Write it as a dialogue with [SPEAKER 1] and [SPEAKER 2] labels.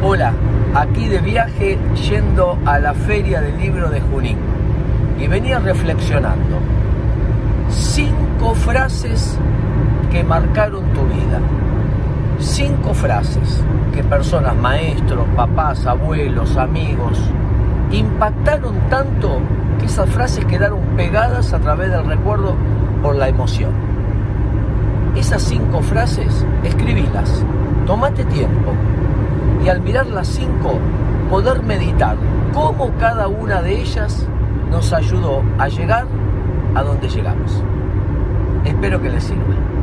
[SPEAKER 1] Hola, aquí de viaje yendo a la Feria del Libro de Junín y venía reflexionando 5 frases que marcaron tu vida. 5 frases que personas, maestros, papás, abuelos, amigos, impactaron tanto que esas frases quedaron pegadas a través del recuerdo por la emoción. Esas 5 frases, escribílas, tomate tiempo y al mirar las 5 poder meditar cómo cada una de ellas nos ayudó a llegar a donde llegamos. Espero que les sirva.